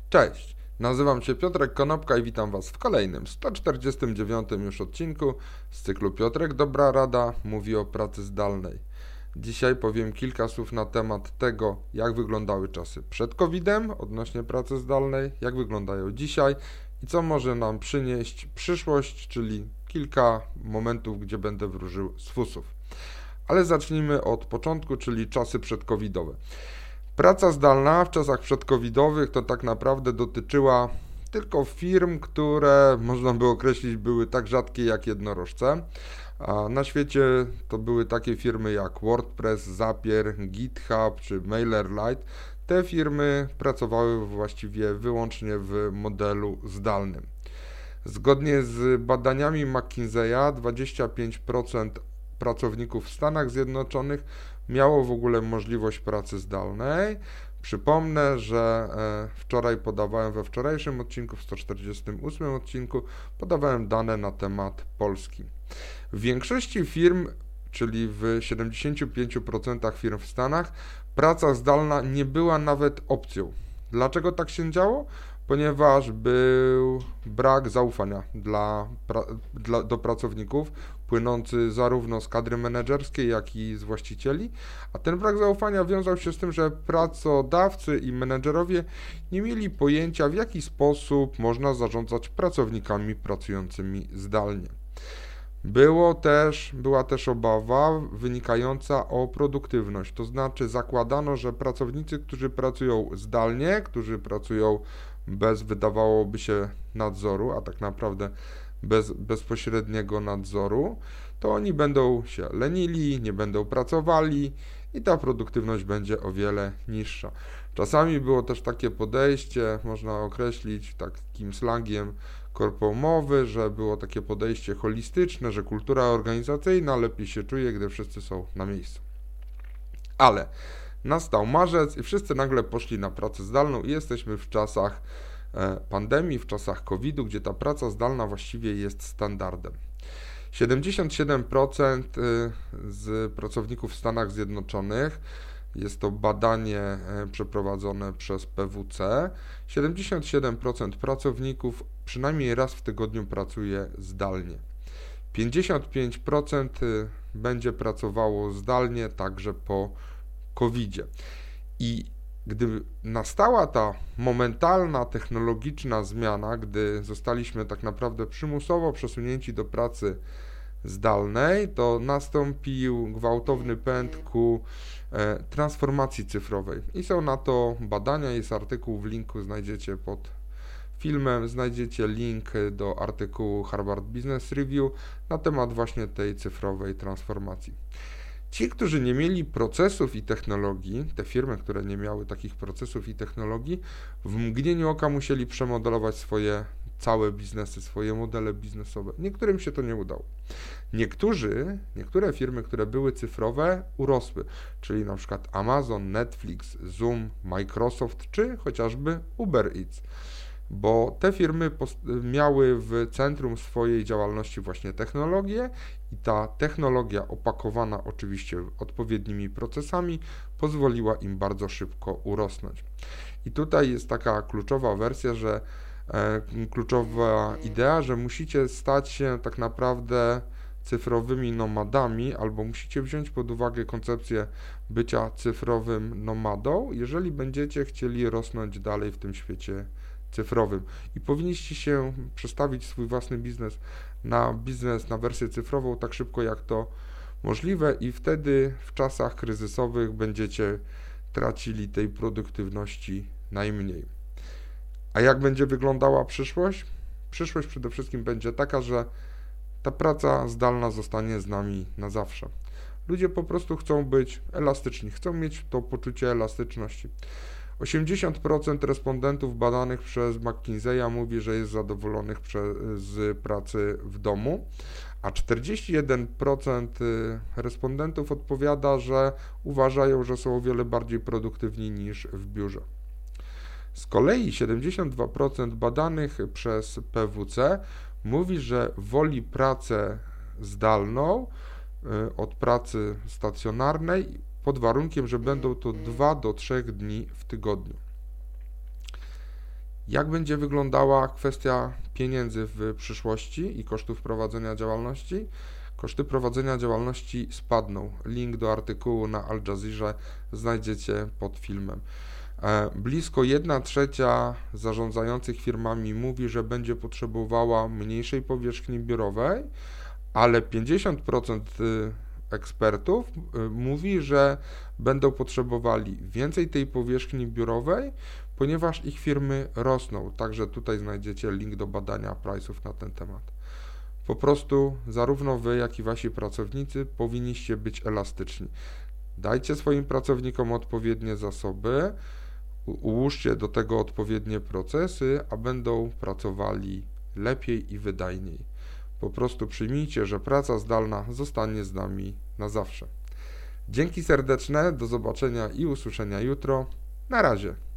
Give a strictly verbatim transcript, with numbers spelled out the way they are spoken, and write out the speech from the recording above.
Cześć, nazywam się Piotrek Konopka i witam Was w kolejnym, sto czterdziestym dziewiątym już odcinku z cyklu Piotrek Dobra Rada mówi o pracy zdalnej. Dzisiaj powiem kilka słów na temat tego, jak wyglądały czasy przed kowidem odnośnie pracy zdalnej, jak wyglądają dzisiaj i co może nam przynieść przyszłość, czyli kilka momentów, gdzie będę wróżył z fusów. Ale zacznijmy od początku, czyli czasy przedcovidowe. Praca zdalna w czasach przedcovidowych to tak naprawdę dotyczyła tylko firm, które można by określić były tak rzadkie jak jednorożce. A na świecie to były takie firmy jak WordPress, Zapier, GitHub czy MailerLite. Te firmy pracowały właściwie wyłącznie w modelu zdalnym. Zgodnie z badaniami McKinsey'a dwadzieścia pięć procent pracowników w Stanach Zjednoczonych miało w ogóle możliwość pracy zdalnej. Przypomnę, że wczoraj podawałem we wczorajszym odcinku, w sto czterdziestym ósmym odcinku, podawałem dane na temat Polski. W większości firm, czyli w siedemdziesięciu pięciu procentach firm w Stanach, praca zdalna nie była nawet opcją. Dlaczego tak się działo? Ponieważ był brak zaufania dla, pra, dla, do pracowników, płynący zarówno z kadry menedżerskiej, jak i z właścicieli, a ten brak zaufania wiązał się z tym, że pracodawcy i menedżerowie nie mieli pojęcia, w jaki sposób można zarządzać pracownikami pracującymi zdalnie. Było też, była też obawa wynikająca o produktywność, to znaczy zakładano, że pracownicy, którzy pracują zdalnie, którzy pracują bez, wydawałoby się, nadzoru, a tak naprawdę bez bezpośredniego nadzoru, to oni będą się lenili, nie będą pracowali i ta produktywność będzie o wiele niższa. Czasami było też takie podejście, można określić takim slangiem korpomowy, że było takie podejście holistyczne, że kultura organizacyjna lepiej się czuje, gdy wszyscy są na miejscu. Ale nastał marzec i wszyscy nagle poszli na pracę zdalną i jesteśmy w czasach pandemii, w czasach kowida, gdzie ta praca zdalna właściwie jest standardem. siedemdziesiąt siedem procent z pracowników w Stanach Zjednoczonych, jest to badanie przeprowadzone przez P W C, siedemdziesiąt siedem procent pracowników przynajmniej raz w tygodniu pracuje zdalnie. pięćdziesiąt pięć procent będzie pracowało zdalnie także po kowidzie. I gdy nastała ta momentalna technologiczna zmiana, gdy zostaliśmy tak naprawdę przymusowo przesunięci do pracy zdalnej, to nastąpił gwałtowny pęd ku e, transformacji cyfrowej. I są na to badania, jest artykuł, w linku znajdziecie pod filmem, znajdziecie link do artykułu Harvard Business Review na temat właśnie tej cyfrowej transformacji. Ci, którzy nie mieli procesów i technologii, te firmy, które nie miały takich procesów i technologii, w mgnieniu oka musieli przemodelować swoje całe biznesy, swoje modele biznesowe. Niektórym się to nie udało. Niektórzy, niektóre firmy, które były cyfrowe, urosły, czyli na przykład Amazon, Netflix, Zoom, Microsoft, czy chociażby Uber Eats, bo te firmy miały w centrum swojej działalności właśnie technologię i ta technologia opakowana oczywiście odpowiednimi procesami pozwoliła im bardzo szybko urosnąć. I tutaj jest taka kluczowa wersja, że e, kluczowa idea, że musicie stać się tak naprawdę cyfrowymi nomadami, albo musicie wziąć pod uwagę koncepcję bycia cyfrowym nomadą, jeżeli będziecie chcieli rosnąć dalej w tym świecie cyfrowym i powinniście się przestawić swój własny biznes na biznes, na wersję cyfrową tak szybko jak to możliwe i wtedy w czasach kryzysowych będziecie tracili tej produktywności najmniej. A jak będzie wyglądała przyszłość? Przyszłość przede wszystkim będzie taka, że ta praca zdalna zostanie z nami na zawsze. Ludzie po prostu chcą być elastyczni, chcą mieć to poczucie elastyczności. osiemdziesiąt procent respondentów badanych przez McKinsey'a mówi, że jest zadowolonych z pracy w domu, a czterdzieści jeden procent respondentów odpowiada, że uważają, że są o wiele bardziej produktywni niż w biurze. Z kolei siedemdziesiąt dwa procent badanych przez P W C mówi, że woli pracę zdalną od pracy stacjonarnej pod warunkiem, że będą to dwa do trzech dni w tygodniu. Jak będzie wyglądała kwestia pieniędzy w przyszłości i kosztów prowadzenia działalności? Koszty prowadzenia działalności spadną. Link do artykułu na Al Jazeerze znajdziecie pod filmem. Blisko jedna trzecia zarządzających firmami mówi, że będzie potrzebowała mniejszej powierzchni biurowej, ale pięćdziesiąt procent ekspertów mówi, że będą potrzebowali więcej tej powierzchni biurowej, ponieważ ich firmy rosną. Także tutaj znajdziecie link do badania Price'ów na ten temat. Po prostu zarówno wy, jak i wasi pracownicy powinniście być elastyczni. Dajcie swoim pracownikom odpowiednie zasoby, ułóżcie do tego odpowiednie procesy, a będą pracowali lepiej i wydajniej. Po prostu przyjmijcie, że praca zdalna zostanie z nami na zawsze. Dzięki serdeczne, do zobaczenia i usłyszenia jutro. Na razie.